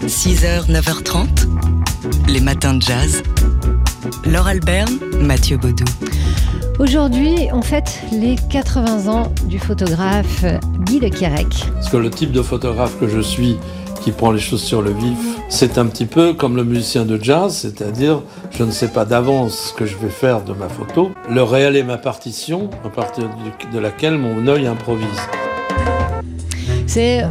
6h, 9h30, les matins de jazz. Laure Alberne, Mathieu Baudou. Aujourd'hui, on fête les 80 ans du photographe Guy Le Quérec. Parce que le type de photographe que je suis, qui prend les choses sur le vif, c'est un petit peu comme le musicien de jazz, c'est-à-dire je ne sais pas d'avance ce que je vais faire de ma photo. Le réel est ma partition, à partir de laquelle mon œil improvise. C'est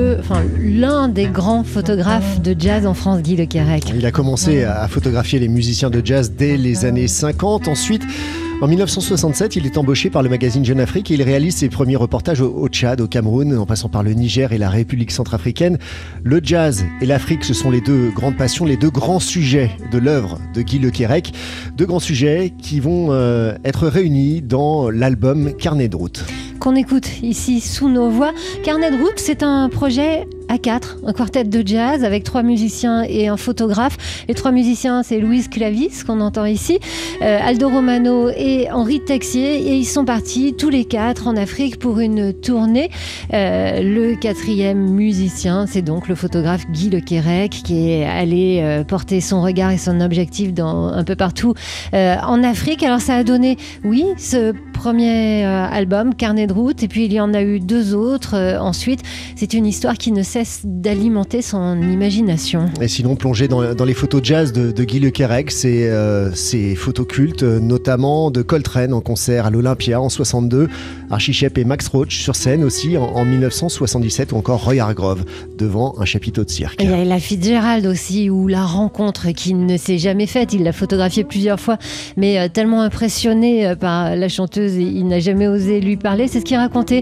l'un des grands photographes de jazz en France, Guy Le Quérec. Il a commencé à photographier les musiciens de jazz dès les années 50. Ensuite, en 1967, il est embauché par le magazine Jeune Afrique et il réalise ses premiers reportages au Tchad, au Cameroun, en passant par le Niger et la République centrafricaine. Le jazz et l'Afrique, ce sont les deux grandes passions, les deux grands sujets de l'œuvre de Guy Le Quérec. Deux grands sujets qui vont être réunis dans l'album Carnet de route. Qu'on écoute ici sous nos voix. Carnet de route, c'est un projet à 4, un quartet de jazz avec 3 musiciens et un photographe. Les 3 musiciens, c'est Louise Clavis, qu'on entend ici, Aldo Romano et Henri Texier. Et ils sont partis tous les 4 en Afrique pour une tournée. Le 4e musicien, c'est donc le photographe Guy Le Quérec qui est allé porter son regard et son objectif un peu partout en Afrique. Alors ça a donné, oui, ce premier album, Carnet de route, et puis il y en a eu 2 autres ensuite. C'est une histoire qui ne cesse d'alimenter son imagination. Et sinon, plonger dans les photos jazz de Guy Le Quérec, c'est ces photos cultes, notamment de Coltrane en concert à l'Olympia en 62, Archie Shepp et Max Roach sur scène aussi en 1977, ou encore Roy Hargrove devant un chapiteau de cirque. Et il y a Ella Fitzgerald aussi, où la rencontre qui ne s'est jamais faite, il l'a photographiée plusieurs fois, mais tellement impressionné par la chanteuse, il n'a jamais osé lui parler. C'est ce qu'il racontait,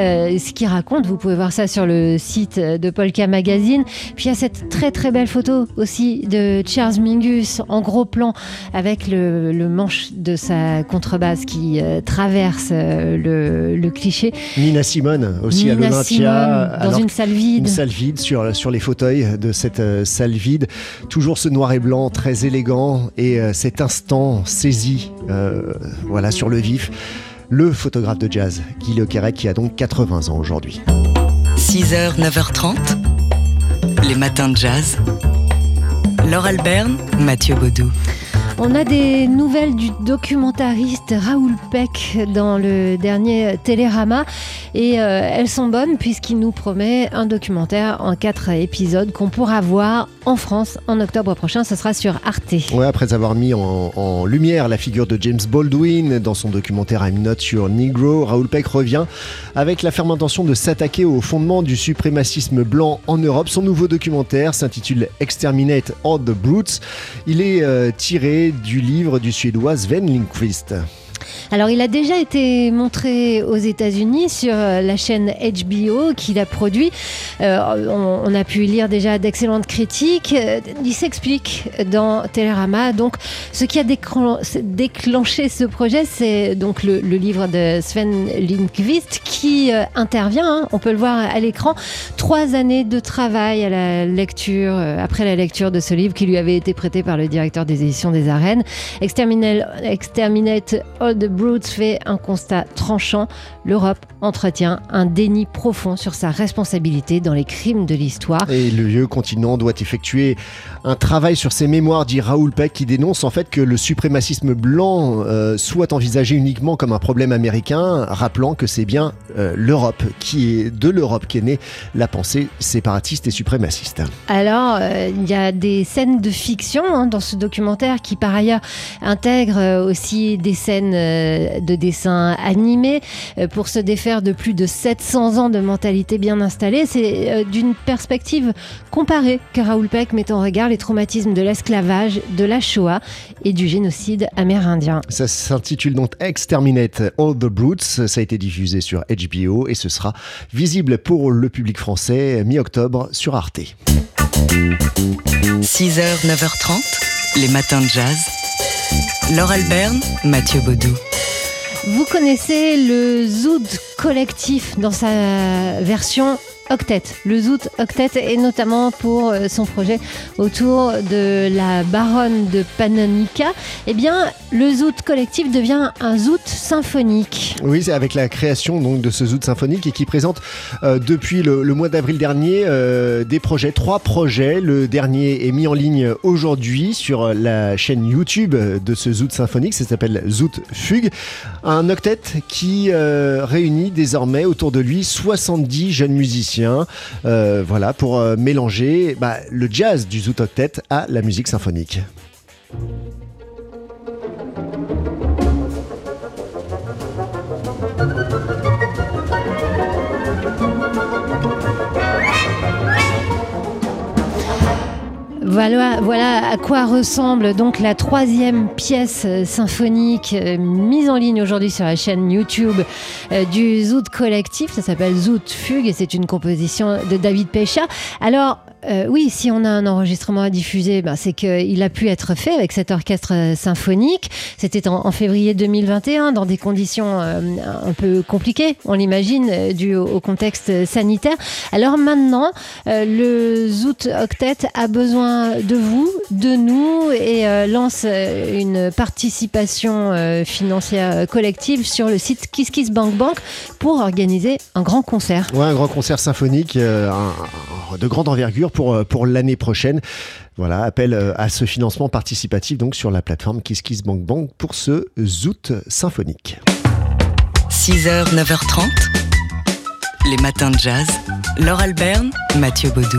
vous pouvez voir ça sur le site de Polka Magazine. Puis il y a cette très très belle photo aussi de Charles Mingus en gros plan avec le manche de sa contrebasse qui traverse le cliché. Nina Simone aussi Nina à l'Olympia. Simone, dans une salle vide. Une salle vide sur les fauteuils de cette salle vide. Toujours ce noir et blanc très élégant et cet instant saisi sur le vif. Le photographe de jazz, Guy Le Quérec, qui a donc 80 ans aujourd'hui. 6h, 9h30, les matins de jazz. Laure Alberne, Mathieu Baudou. On a des nouvelles du documentariste Raoul Peck dans le dernier Télérama et elles sont bonnes puisqu'il nous promet un documentaire en 4 épisodes qu'on pourra voir en France en octobre prochain. Ce sera sur Arte. Ouais, après avoir mis en lumière la figure de James Baldwin dans son documentaire I'm Not Your Negro, Raoul Peck revient avec la ferme intention de s'attaquer aux fondements du suprémacisme blanc en Europe. Son nouveau documentaire s'intitule Exterminate All the Brutes. Il est tiré du livre du Suédois Sven Lindqvist. Alors, il a déjà été montré aux États-Unis sur la chaîne HBO qu'il a produit. On a pu lire déjà d'excellentes critiques. Il s'explique dans Télérama. Donc, ce qui a déclenché ce projet, c'est donc le livre de Sven Lindqvist qui intervient. On peut le voir à l'écran. 3 années de travail à la lecture, après la lecture de ce livre qui lui avait été prêté par le directeur des éditions des Arènes. Exterminate All the Brutes fait un constat tranchant. L'Europe entretient un déni profond sur sa responsabilité dans les crimes de l'histoire. Et le vieux continent doit effectuer un travail sur ses mémoires, dit Raoul Peck, qui dénonce en fait que le suprémacisme blanc soit envisagé uniquement comme un problème américain, rappelant que c'est bien de l'Europe qui est née la pensée séparatiste et suprémaciste. Alors, il y a des scènes de fiction dans ce documentaire qui par ailleurs intègre aussi des scènes de dessins animés pour se défaire de plus de 700 ans de mentalité bien installée. C'est d'une perspective comparée que Raoul Peck met en regard les traumatismes de l'esclavage, de la Shoah et du génocide amérindien. Ça s'intitule donc Exterminate All the Brutes. Ça a été diffusé sur HBO et ce sera visible pour le public français mi-octobre sur Arte. 6h, 9h30, les matins de jazz. Laure Alberne, Mathieu Baudou. Vous connaissez le Zoud collectif dans sa version Octet, le Zoot Octet, et notamment pour son projet autour de la baronne de Pannonica. Eh bien, le Zoot collectif devient un Zoot symphonique. Oui, c'est avec la création donc de ce Zoot symphonique et qui présente depuis le mois d'avril dernier des projets, 3 projets. Le dernier est mis en ligne aujourd'hui sur la chaîne YouTube de ce Zoot symphonique. Ça s'appelle Zoot Fugue. Un octet qui réunit désormais autour de lui 70 jeunes musiciens. Voilà, pour mélanger le jazz du Zoot Octet à la musique symphonique. Voilà à quoi ressemble donc la 3e pièce symphonique mise en ligne aujourd'hui sur la chaîne YouTube du Zoot collectif. Ça s'appelle Zoot Fugue et c'est une composition de David Pêcha. Alors, oui, si on a un enregistrement à diffuser, c'est qu'il a pu être fait avec cet orchestre symphonique. C'était en février 2021, dans des conditions un peu compliquées, on l'imagine, dû au contexte sanitaire. Alors maintenant, le Zoot Octet a besoin de vous, de nous, et lance une participation financière collective sur le site KissKissBankBank pour organiser un grand concert. Ouais, un grand concert symphonique de grande envergure pour l'année prochaine. Voilà, appel à ce financement participatif donc sur la plateforme KissKissBankBank pour ce Zoot symphonique. 6h, 9h30, les matins de jazz. Laure Alberne, Mathieu Baudou.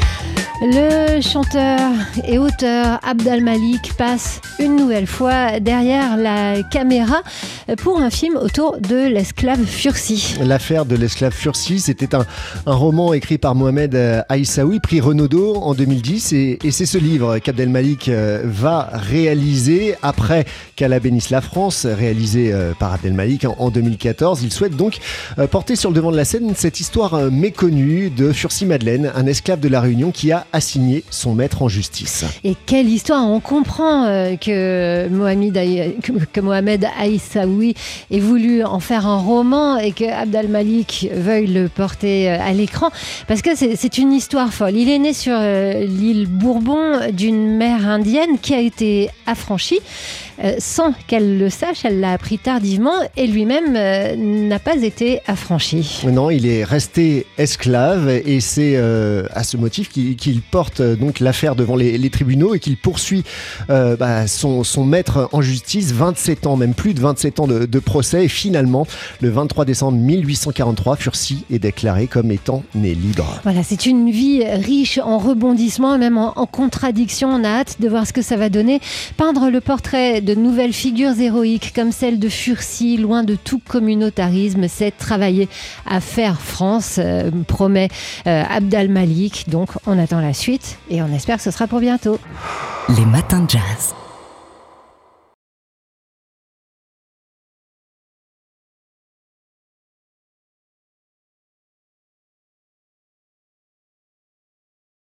Le chanteur et auteur Abd al-Malik passe une nouvelle fois derrière la caméra pour un film autour de l'esclave Fursi. L'affaire de l'esclave Fursi, c'était un roman écrit par Mohamed Aïssaoui, prix Renaudot en 2010, et c'est ce livre qu'Abd al-Malik va réaliser après qu'Allah bénisse la France, réalisé par Abd al-Malik en 2014. Il souhaite donc porter sur le devant de la scène cette histoire méconnue de Fursi Madeleine, un esclave de la Réunion qui a assigné son maître en justice. Et quelle histoire! On comprend que Mohamed Aïssaoui ait voulu en faire un roman et que Abd al-Malik veuille le porter à l'écran, parce que c'est une histoire folle. Il est né sur l'île Bourbon d'une mère indienne qui a été affranchie sans qu'elle le sache. Elle l'a appris tardivement et lui-même n'a pas été affranchi. Non, il est resté esclave et c'est à ce motif qu'il porte donc l'affaire devant les tribunaux et qu'il poursuit son maître en justice. 27 ans, même plus de 27 ans de procès, et finalement le 23 décembre 1843, Fursi est déclaré comme étant né libre. Voilà, c'est une vie riche en rebondissements, même en contradictions. On a hâte de voir ce que ça va donner. Peindre le portrait de nouvelles figures héroïques comme celle de Fursi, loin de tout communautarisme, c'est travailler à faire France, promet Abd al-Malik. Donc on attend la suite et on espère que ce sera pour bientôt. Les matins de jazz.